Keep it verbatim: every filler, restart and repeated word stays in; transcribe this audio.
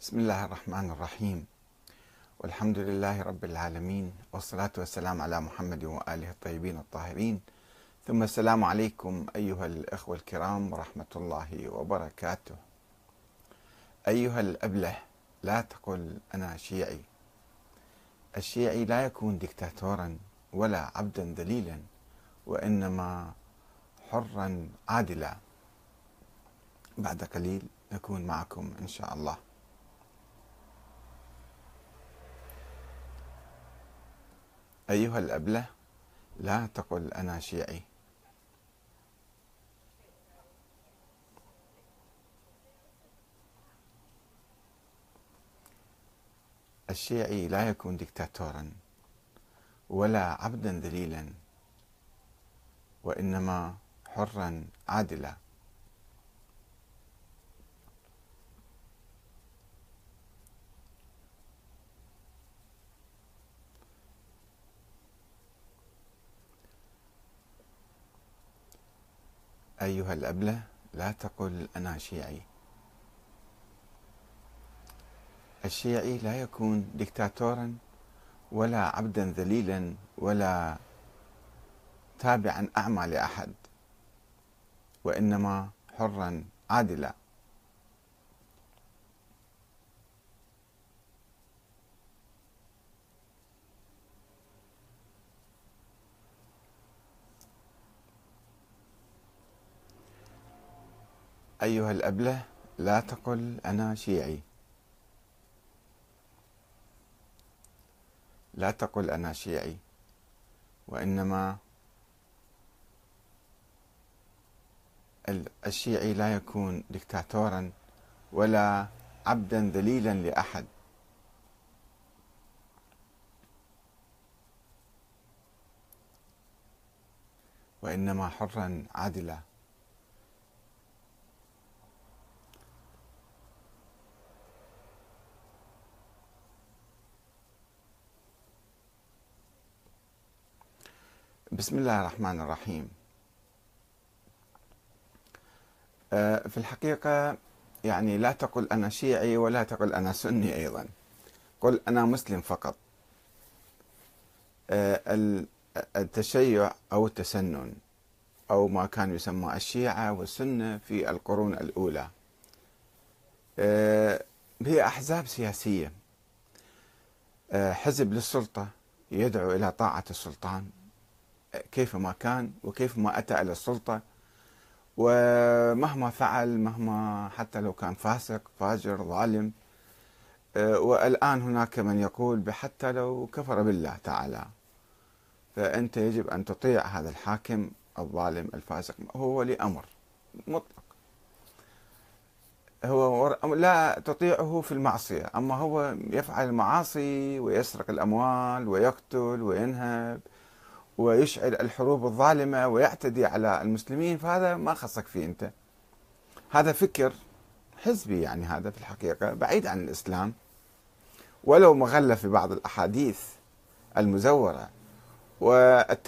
بسم الله الرحمن الرحيم، والحمد لله رب العالمين، والصلاة والسلام على محمد وآله الطيبين الطاهرين، ثم السلام عليكم أيها الأخوة الكرام ورحمة الله وبركاته. أيها الأبله، لا تقل أنا شيعي. الشيعي لا يكون دكتاتورا ولا عبدا ذليلا، وإنما حرا عادلا. بعد قليل نكون معكم إن شاء الله. أيها الأبله، لا تقل أنا شيعي. الشيعي لا يكون دكتاتورا ولا عبدا ذليلا، وإنما حرا عادلا. أيها الأبله، لا تقل أنا شيعي. الشيعي لا يكون دكتاتورا ولا عبدا ذليلا ولا تابعا أعمى لأحد، وإنما حرا عادلا. أيها الأبله، لا تقل أنا شيعي. لا تقل أنا شيعي، وإنما الشيعي لا يكون دكتاتورا ولا عبدا ذليلا لأحد، وإنما حرا عادلا. بسم الله الرحمن الرحيم. في الحقيقة يعني لا تقل أنا شيعي ولا تقل أنا سني أيضا، قل أنا مسلم فقط. التشيع أو التسنن أو ما كان يسمى الشيعة والسنة في القرون الأولى هي أحزاب سياسية، حزب للسلطة يدعو إلى طاعة السلطان كيفما كان وكيفما أتى إلى السلطة، ومهما فعل، مهما حتى لو كان فاسق فاجر ظالم. والآن هناك من يقول حتى لو كفر بالله تعالى فأنت يجب أن تطيع هذا الحاكم الظالم الفاسق، هو ولي أمر مطلق، هو لا تطيعه في المعصية، أما هو يفعل المعاصي ويسرق الأموال ويقتل وينهب ويشعل الحروب الظالمة ويعتدي على المسلمين، فهذا ما خصك فيه أنت. هذا فكر حزبي، يعني هذا في الحقيقة بعيد عن الإسلام، ولو مغلف في بعض الأحاديث المزورة والتاريخ